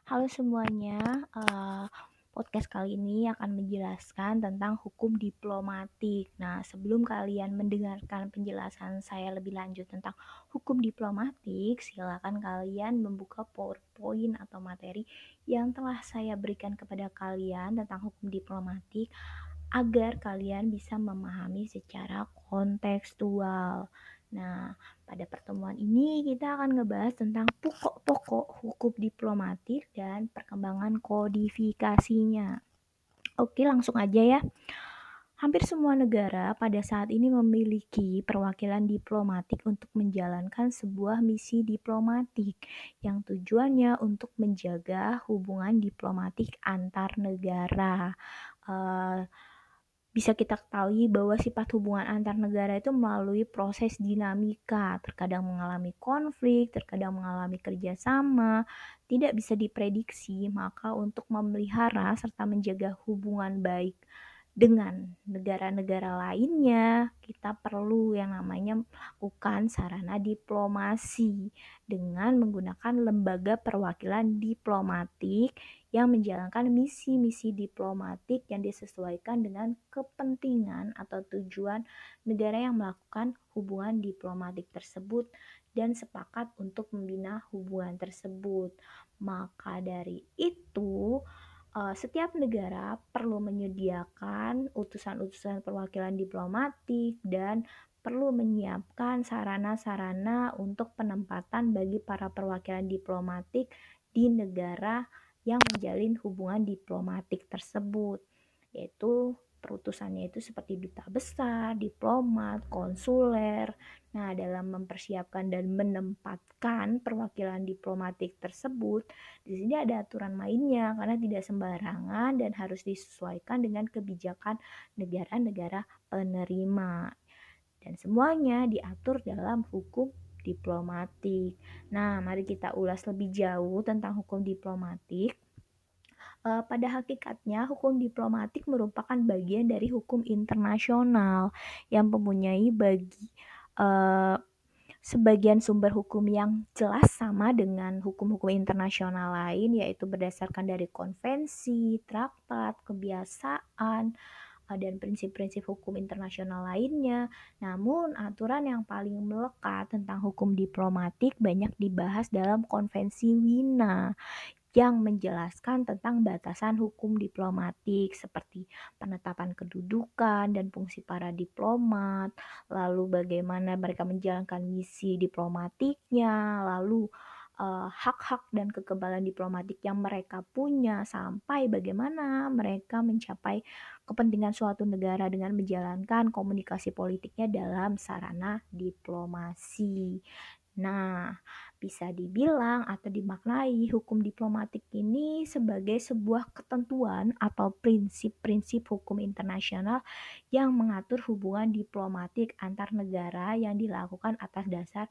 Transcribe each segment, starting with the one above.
Halo semuanya, podcast kali ini akan menjelaskan tentang hukum diplomatik. Nah, sebelum kalian mendengarkan penjelasan saya lebih lanjut tentang hukum diplomatik, silakan kalian membuka PowerPoint atau materi yang telah saya berikan kepada kalian tentang hukum diplomatik agar kalian bisa memahami secara kontekstual. Nah, pada pertemuan ini kita akan ngebahas tentang pokok-pokok hukum diplomatik dan perkembangan kodifikasinya. Oke, langsung aja ya. Hampir semua negara pada saat ini memiliki perwakilan diplomatik untuk menjalankan sebuah misi diplomatik yang tujuannya untuk menjaga hubungan diplomatik antar negara. Bisa kita ketahui bahwa sifat hubungan antar negara itu melalui proses dinamika, terkadang mengalami konflik, terkadang mengalami kerjasama, tidak bisa diprediksi. Maka untuk memelihara serta menjaga hubungan baik dengan negara-negara lainnya, kita perlu yang namanya melakukan sarana diplomasi dengan menggunakan lembaga perwakilan diplomatik yang menjalankan misi-misi diplomatik yang disesuaikan dengan kepentingan atau tujuan negara yang melakukan hubungan diplomatik tersebut dan sepakat untuk membina hubungan tersebut. Maka dari itu, setiap negara perlu menyediakan utusan-utusan perwakilan diplomatik dan perlu menyiapkan sarana-sarana untuk penempatan bagi para perwakilan diplomatik di negara yang menjalin hubungan diplomatik tersebut, yaitu perutusannya itu seperti duta besar, diplomat, konsuler. Nah, dalam mempersiapkan dan menempatkan perwakilan diplomatik tersebut, di sini ada aturan mainnya karena tidak sembarangan dan harus disesuaikan dengan kebijakan negara-negara penerima. Dan semuanya diatur dalam hukum diplomatik. Nah, mari kita ulas lebih jauh tentang hukum diplomatik. Pada hakikatnya, hukum diplomatik merupakan bagian dari hukum internasional yang mempunyai sebagian sumber hukum yang jelas sama dengan hukum-hukum internasional lain, yaitu berdasarkan dari konvensi, traktat, kebiasaan, dan prinsip-prinsip hukum internasional lainnya. Namun, aturan yang paling melekat tentang hukum diplomatik banyak dibahas dalam Konvensi Wina yang menjelaskan tentang batasan hukum diplomatik seperti penetapan kedudukan dan fungsi para diplomat, lalu bagaimana mereka menjalankan misi diplomatiknya, lalu hak-hak dan kekebalan diplomatik yang mereka punya, sampai bagaimana mereka mencapai kepentingan suatu negara dengan menjalankan komunikasi politiknya dalam sarana diplomasi. Nah, bisa dibilang atau dimaknai hukum diplomatik ini sebagai sebuah ketentuan atau prinsip-prinsip hukum internasional yang mengatur hubungan diplomatik antar negara yang dilakukan atas dasar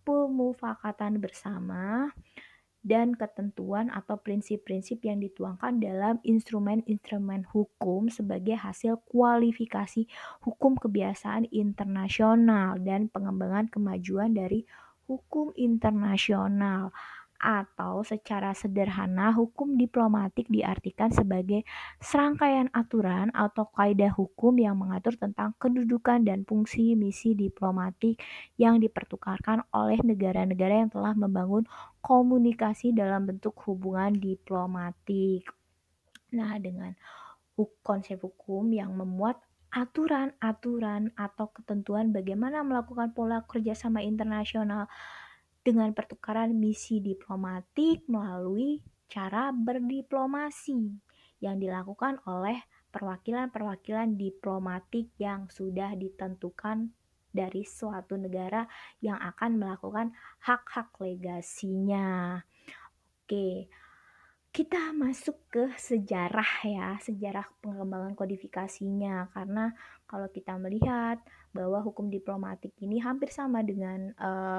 pemufakatan bersama dan ketentuan atau prinsip-prinsip yang dituangkan dalam instrumen-instrumen hukum sebagai hasil kualifikasi hukum kebiasaan internasional dan pengembangan kemajuan dari hukum internasional. Atau secara sederhana, hukum diplomatik diartikan sebagai serangkaian aturan atau kaidah hukum yang mengatur tentang kedudukan dan fungsi misi diplomatik yang dipertukarkan oleh negara-negara yang telah membangun komunikasi dalam bentuk hubungan diplomatik. Nah, dengan konsep hukum yang memuat aturan-aturan atau ketentuan bagaimana melakukan pola kerjasama internasional dengan pertukaran misi diplomatik melalui cara berdiplomasi yang dilakukan oleh perwakilan-perwakilan diplomatik yang sudah ditentukan dari suatu negara yang akan melakukan hak-hak legasinya. Oke, kita masuk ke sejarah ya, sejarah pengembangan kodifikasinya. Karena kalau kita melihat bahwa hukum diplomatik ini hampir sama dengan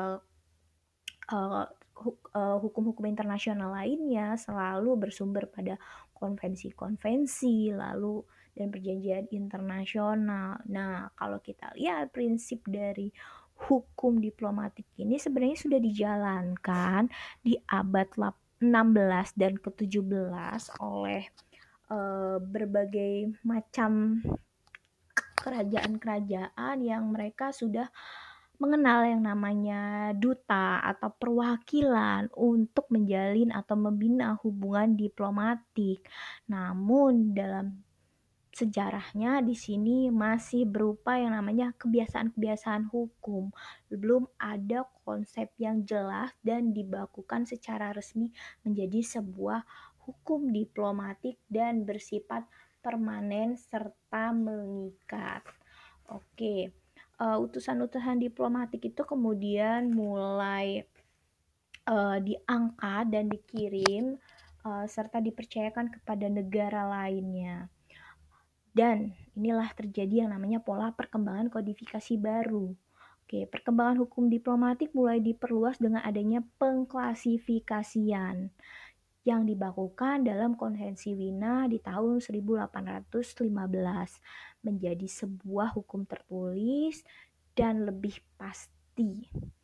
hukum-hukum internasional lainnya, selalu bersumber pada konvensi-konvensi lalu dan perjanjian internasional. Nah, kalau kita lihat prinsip dari hukum diplomatik ini sebenarnya sudah dijalankan di abad ke-16 dan ke-17 oleh berbagai macam kerajaan-kerajaan yang mereka sudah mengenal yang namanya duta atau perwakilan untuk menjalin atau membina hubungan diplomatik. Namun dalam sejarahnya di sini masih berupa yang namanya kebiasaan-kebiasaan hukum. Belum ada konsep yang jelas dan dibakukan secara resmi menjadi sebuah hukum diplomatik dan bersifat permanen serta mengikat. Oke, utusan-utusan diplomatik itu kemudian mulai diangkat dan dikirim serta dipercayakan kepada negara lainnya. Dan inilah terjadi yang namanya pola perkembangan kodifikasi baru. Oke, perkembangan hukum diplomatik mulai diperluas dengan adanya pengklasifikasian yang dibakukan dalam Konvensi Wina di tahun 1815 menjadi sebuah hukum tertulis dan lebih pasti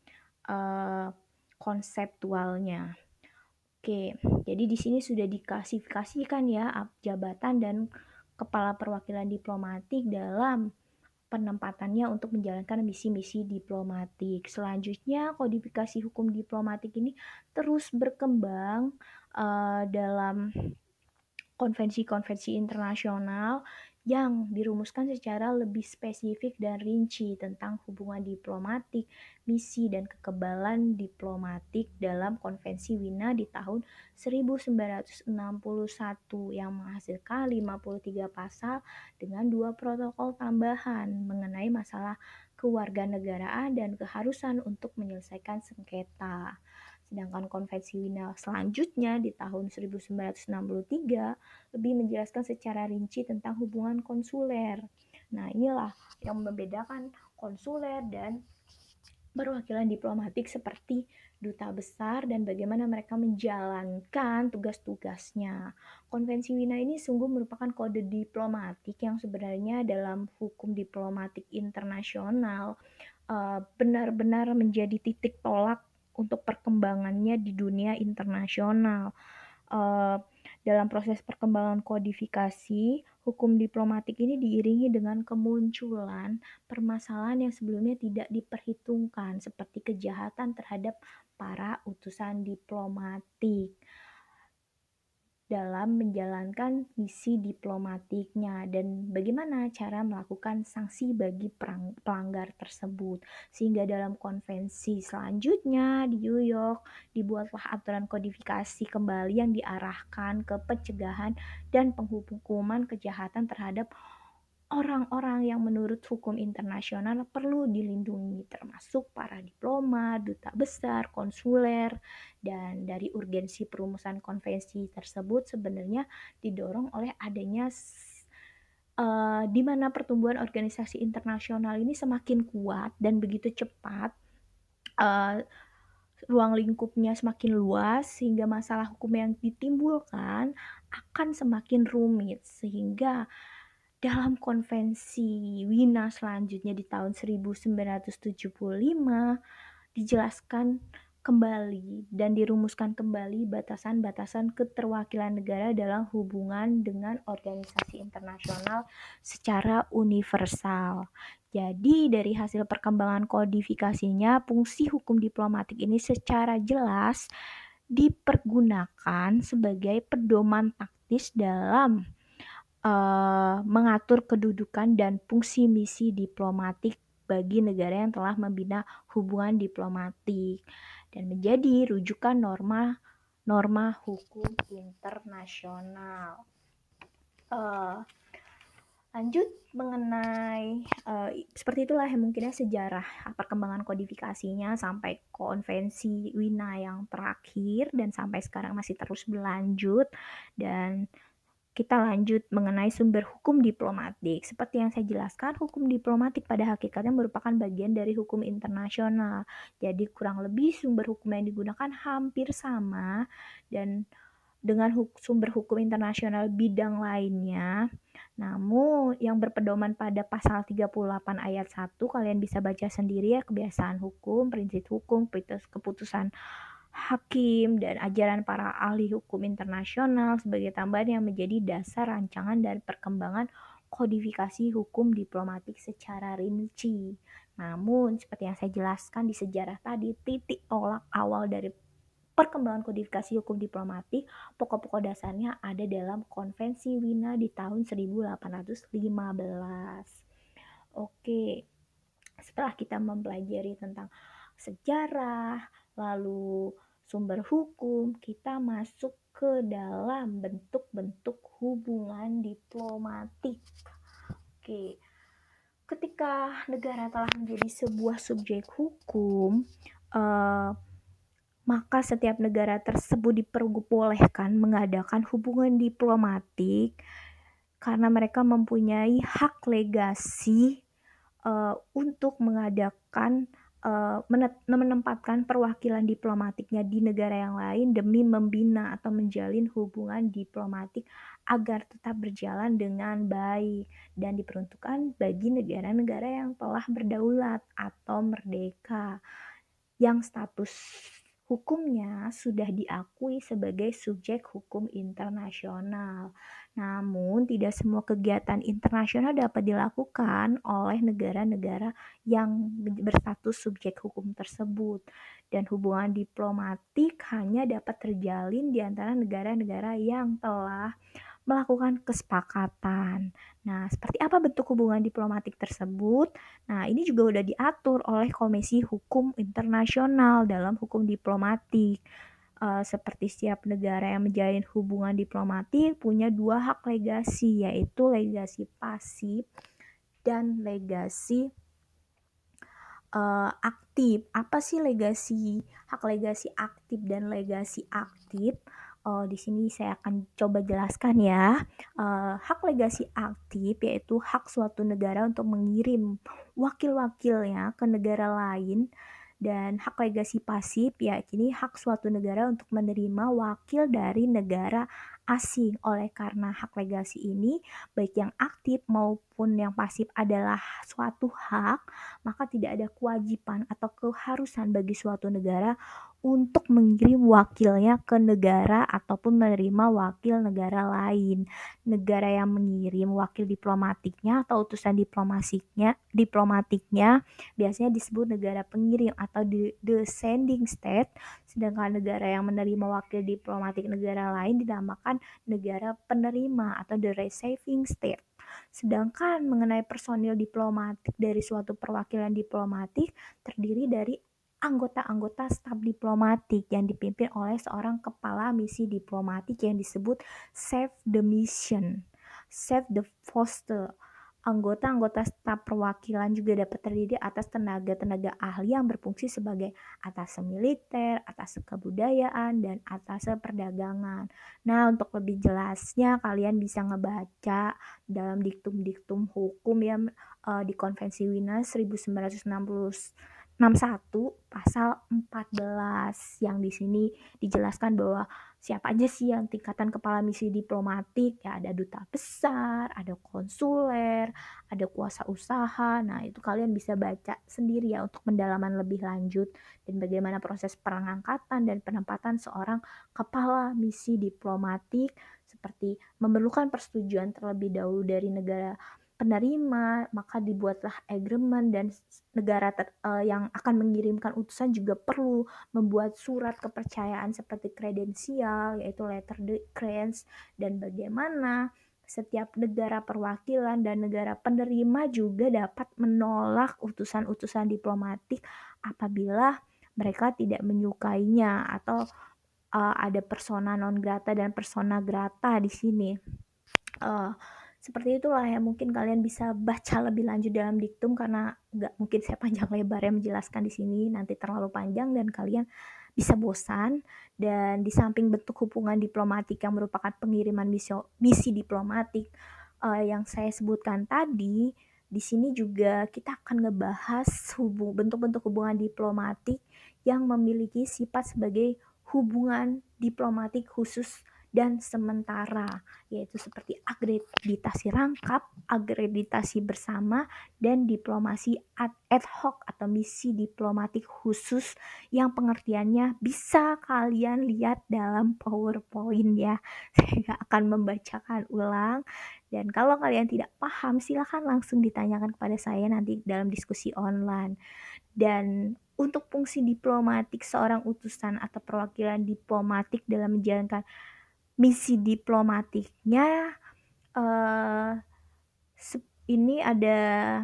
konseptualnya. Oke, jadi di sini sudah diklasifikasikan ya jabatan dan kepala perwakilan diplomatik dalam penempatannya untuk menjalankan misi-misi diplomatik. Selanjutnya, kodifikasi hukum diplomatik ini terus berkembang dalam konvensi-konvensi internasional yang dirumuskan secara lebih spesifik dan rinci tentang hubungan diplomatik, misi, dan kekebalan diplomatik dalam Konvensi Wina di tahun 1961 yang menghasilkan 53 pasal dengan 2 protokol tambahan mengenai masalah kewarganegaraan dan keharusan untuk menyelesaikan sengketa. Sedangkan Konvensi Wina selanjutnya di tahun 1963 lebih menjelaskan secara rinci tentang hubungan konsuler. Nah, inilah yang membedakan konsuler dan perwakilan diplomatik seperti duta besar dan bagaimana mereka menjalankan tugas-tugasnya. Konvensi Wina ini sungguh merupakan kode diplomatik yang sebenarnya dalam hukum diplomatik internasional benar-benar menjadi titik tolak untuk perkembangannya di dunia internasional. Dalam proses perkembangan kodifikasi, hukum diplomatik ini diiringi dengan kemunculan permasalahan yang sebelumnya tidak diperhitungkan, seperti kejahatan terhadap para utusan diplomatik dalam menjalankan misi diplomatiknya dan bagaimana cara melakukan sanksi bagi pelanggar tersebut. Sehingga dalam konvensi selanjutnya di New York dibuatlah aturan kodifikasi kembali yang diarahkan ke pencegahan dan penghukuman kejahatan terhadap orang-orang yang menurut hukum internasional perlu dilindungi, termasuk para diplomat, duta besar, konsuler, dan dari urgensi perumusan konvensi tersebut sebenarnya didorong oleh adanya di mana pertumbuhan organisasi internasional ini semakin kuat dan begitu cepat, ruang lingkupnya semakin luas sehingga masalah hukum yang ditimbulkan akan semakin rumit, sehingga dalam konvensi Wina selanjutnya di tahun 1975 dijelaskan kembali dan dirumuskan kembali batasan-batasan keterwakilan negara dalam hubungan dengan organisasi internasional secara universal. Jadi dari hasil perkembangan kodifikasinya, fungsi hukum diplomatik ini secara jelas dipergunakan sebagai pedoman taktis dalam mengatur kedudukan dan fungsi misi diplomatik bagi negara yang telah membina hubungan diplomatik dan menjadi rujukan norma hukum internasional. Lanjut mengenai seperti itulah yang mungkinnya sejarah perkembangan kodifikasinya sampai konvensi Wina yang terakhir dan sampai sekarang masih terus berlanjut. Dan kita lanjut mengenai sumber hukum diplomatik. Seperti yang saya jelaskan, hukum diplomatik pada hakikatnya merupakan bagian dari hukum internasional. Jadi kurang lebih sumber hukum yang digunakan hampir sama dan dengan sumber hukum internasional bidang lainnya. Namun yang berpedoman pada pasal 38 ayat 1, kalian bisa baca sendiri ya, kebiasaan hukum, prinsip hukum, keputusan hakim, dan ajaran para ahli hukum internasional sebagai tambahan yang menjadi dasar rancangan dan perkembangan kodifikasi hukum diplomatik secara rinci. Namun, seperti yang saya jelaskan di sejarah tadi, titik tolak awal dari perkembangan kodifikasi hukum diplomatik, pokok-pokok dasarnya ada dalam Konvensi Wina di tahun 1815. Oke, setelah kita mempelajari tentang sejarah, lalu sumber hukum, kita masuk ke dalam bentuk-bentuk hubungan diplomatik. Oke, ketika negara telah menjadi sebuah subjek hukum, maka setiap negara tersebut diperbolehkan mengadakan hubungan diplomatik karena mereka mempunyai hak legasi untuk mengadakan menempatkan perwakilan diplomatiknya di negara yang lain demi membina atau menjalin hubungan diplomatik agar tetap berjalan dengan baik dan diperuntukkan bagi negara-negara yang telah berdaulat atau merdeka yang status hukumnya sudah diakui sebagai subjek hukum internasional. Namun, tidak semua kegiatan internasional dapat dilakukan oleh negara-negara yang berstatus subjek hukum tersebut, dan hubungan diplomatik hanya dapat terjalin di antara negara-negara yang telah melakukan kesepakatan. Nah, seperti apa bentuk hubungan diplomatik tersebut? Nah, ini juga sudah diatur oleh Komisi Hukum Internasional dalam hukum diplomatik. Seperti setiap negara yang menjalin hubungan diplomatik punya dua hak legasi, yaitu legasi pasif dan legasi aktif. Apa sih legasi, hak legasi aktif dan legasi aktif? Di sini saya akan coba jelaskan ya. Hak legasi aktif yaitu hak suatu negara untuk mengirim wakil-wakilnya ke negara lain, dan hak legasi pasif yakni hak suatu negara untuk menerima wakil dari negara asing. Oleh karena hak legasi ini baik yang aktif maupun yang pasif adalah suatu hak, maka tidak ada kewajiban atau keharusan bagi suatu negara untuk mengirim wakilnya ke negara ataupun menerima wakil negara lain. Negara yang mengirim wakil diplomatiknya atau utusan diplomatiknya biasanya disebut negara pengirim atau the sending state, sedangkan negara yang menerima wakil diplomatik negara lain dinamakan negara penerima atau the receiving state. Sedangkan mengenai personil diplomatik dari suatu perwakilan diplomatik terdiri dari anggota-anggota staf diplomatik yang dipimpin oleh seorang kepala misi diplomatik yang disebut chef de mission, chef de poste. Anggota-anggota staf perwakilan juga dapat terdiri atas tenaga-tenaga ahli yang berfungsi sebagai atase militer, atase kebudayaan, dan atase perdagangan. Nah, untuk lebih jelasnya kalian bisa ngebaca dalam diktum-diktum hukum ya, di Konvensi Wina 1961 pasal 14 yang di sini dijelaskan bahwa siapa aja sih yang tingkatan kepala misi diplomatik, ya ada duta besar, ada konsuler, ada kuasa usaha. Nah, itu kalian bisa baca sendiri ya untuk pendalaman lebih lanjut dan bagaimana proses pengangkatan dan penempatan seorang kepala misi diplomatik, seperti memerlukan persetujuan terlebih dahulu dari negara penerima, maka dibuatlah agreement, dan negara yang akan mengirimkan utusan juga perlu membuat surat kepercayaan seperti kredensial, yaitu letter de credence, dan bagaimana setiap negara perwakilan dan negara penerima juga dapat menolak utusan-utusan diplomatik apabila mereka tidak menyukainya atau ada persona non grata dan persona grata di sini. Seperti itulah ya, mungkin kalian bisa baca lebih lanjut dalam diktum karena nggak mungkin saya panjang lebar ya menjelaskan di sini, nanti terlalu panjang dan kalian bisa bosan. Dan di samping bentuk hubungan diplomatik yang merupakan pengiriman misi diplomatik yang saya sebutkan tadi, di sini juga kita akan ngebahas bentuk-bentuk hubungan diplomatik yang memiliki sifat sebagai hubungan diplomatik khusus dan sementara, yaitu seperti akreditasi rangkap, akreditasi bersama, dan diplomasi ad hoc atau misi diplomatik khusus yang pengertiannya bisa kalian lihat dalam PowerPoint ya. Saya nggak akan membacakan ulang, dan kalau kalian tidak paham silakan langsung ditanyakan kepada saya nanti dalam diskusi online. Dan untuk fungsi diplomatik seorang utusan atau perwakilan diplomatik dalam menjalankan misi diplomatiknya, eh, ini ada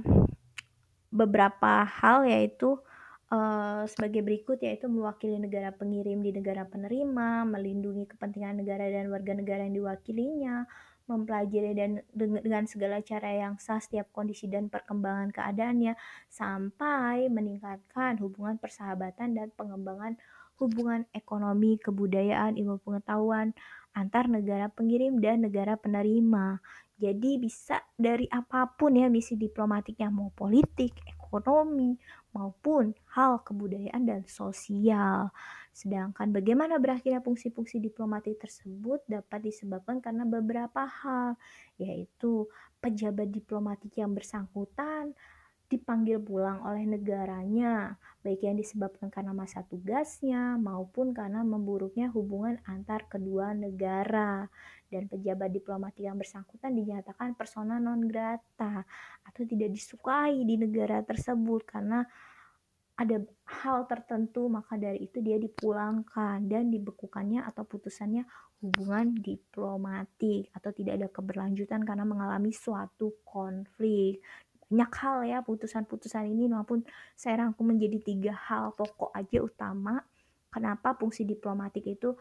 beberapa hal, yaitu sebagai berikut, yaitu mewakili negara pengirim di negara penerima, melindungi kepentingan negara dan warga negara yang diwakilinya, mempelajari dan dengan segala cara yang sah setiap kondisi dan perkembangan keadaannya, sampai meningkatkan hubungan persahabatan dan pengembangan hubungan ekonomi, kebudayaan, ilmu pengetahuan antar negara pengirim dan negara penerima. Jadi bisa dari apapun ya misi diplomatiknya, mau politik, ekonomi, maupun hal kebudayaan dan sosial. Sedangkan bagaimana berakhirnya fungsi-fungsi diplomatik tersebut dapat disebabkan karena beberapa hal, yaitu pejabat diplomatik yang bersangkutan dipanggil pulang oleh negaranya, baik yang disebabkan karena masa tugasnya maupun karena memburuknya hubungan antar kedua negara. Dan pejabat diplomatik yang bersangkutan dinyatakan persona non grata atau tidak disukai di negara tersebut karena ada hal tertentu, maka dari itu dia dipulangkan dan dibekukannya atau putusannya hubungan diplomatik atau tidak ada keberlanjutan karena mengalami suatu konflik. Banyak hal ya putusan-putusan ini, maupun saya rangkum menjadi 3 hal pokok aja utama kenapa fungsi diplomatik itu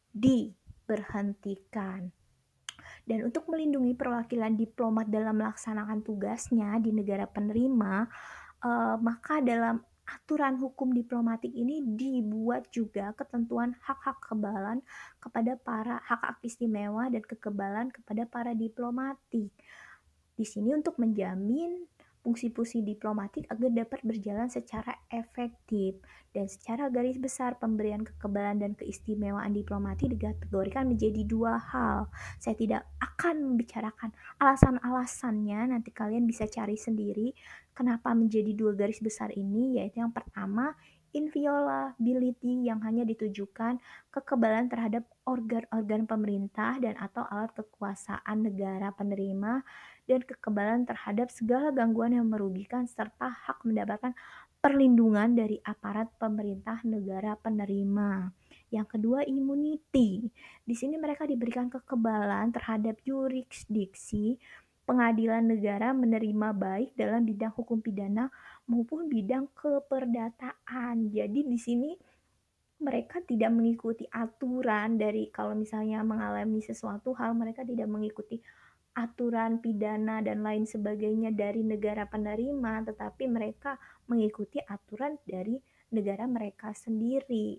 diberhentikan. Dan untuk melindungi perwakilan diplomat dalam melaksanakan tugasnya di negara penerima, maka dalam aturan hukum diplomatik ini dibuat juga ketentuan hak-hak kekebalan kepada para hak-hak istimewa dan kekebalan kepada para diplomatik. Di sini untuk menjamin fungsi-fungsi diplomatik agar dapat berjalan secara efektif. Dan secara garis besar pemberian kekebalan dan keistimewaan diplomatik dikategorikan menjadi 2 hal. Saya tidak akan membicarakan alasan-alasannya, nanti kalian bisa cari sendiri kenapa menjadi 2 garis besar ini, yaitu yang pertama inviolability yang hanya ditujukan kekebalan terhadap organ-organ pemerintah dan atau alat kekuasaan negara penerima, dan kekebalan terhadap segala gangguan yang merugikan serta hak mendapatkan perlindungan dari aparat pemerintah negara penerima. Yang kedua, immunity. Di sini mereka diberikan kekebalan terhadap yurisdiksi pengadilan negara menerima baik dalam bidang hukum pidana maupun bidang keperdataan. Jadi di sini mereka tidak mengikuti aturan dari, kalau misalnya mengalami sesuatu hal, mereka tidak mengikuti aturan pidana dan lain sebagainya dari negara penerima, tetapi mereka mengikuti aturan dari negara mereka sendiri.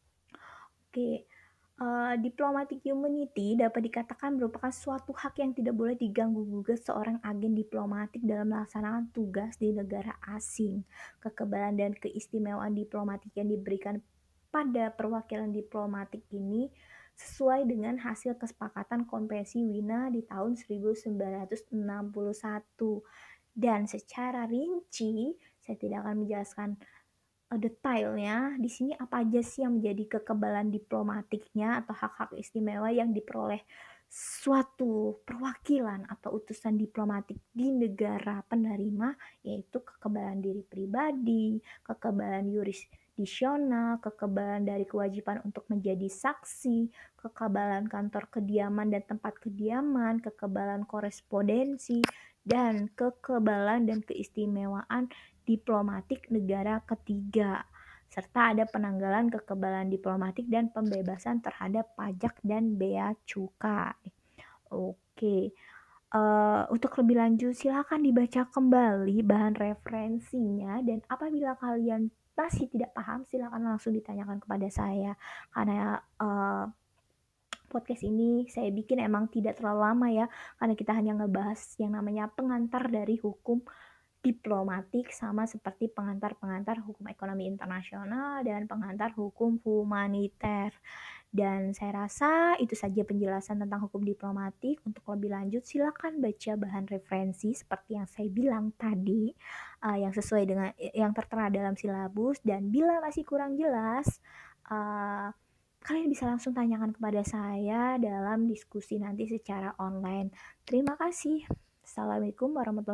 Oke, diplomatic immunity dapat dikatakan merupakan suatu hak yang tidak boleh diganggu-gugat seorang agen diplomatik dalam melaksanakan tugas di negara asing. Kekebalan dan keistimewaan diplomatik yang diberikan pada perwakilan diplomatik ini sesuai dengan hasil kesepakatan Konvensi Wina di tahun 1961. Dan secara rinci, saya tidak akan menjelaskan detailnya. Di sini apa aja sih yang menjadi kekebalan diplomatiknya atau hak-hak istimewa yang diperoleh suatu perwakilan atau utusan diplomatik di negara penerima, yaitu kekebalan diri pribadi, kekebalan yurisdiksional, kekebalan dari kewajiban untuk menjadi saksi, kekebalan kantor kediaman dan tempat kediaman, kekebalan korespondensi, dan kekebalan dan keistimewaan diplomatik negara ketiga, serta ada penanggalan kekebalan diplomatik dan pembebasan terhadap pajak dan bea cukai. Oke, untuk lebih lanjut silakan dibaca kembali bahan referensinya, dan apabila kalian masih tidak paham silakan langsung ditanyakan kepada saya, karena podcast ini saya bikin emang tidak terlalu lama ya, karena kita hanya ngebahas yang namanya pengantar dari hukum diplomatik, sama seperti pengantar-pengantar hukum ekonomi internasional dan pengantar hukum humaniter. Dan saya rasa itu saja penjelasan tentang hukum diplomatik. Untuk lebih lanjut silakan baca bahan referensi seperti yang saya bilang tadi, yang sesuai dengan yang tertera dalam silabus, dan bila masih kurang jelas, eee, kalian bisa langsung tanyakan kepada saya dalam diskusi nanti secara online. Terima kasih. Assalamualaikum warahmatullahi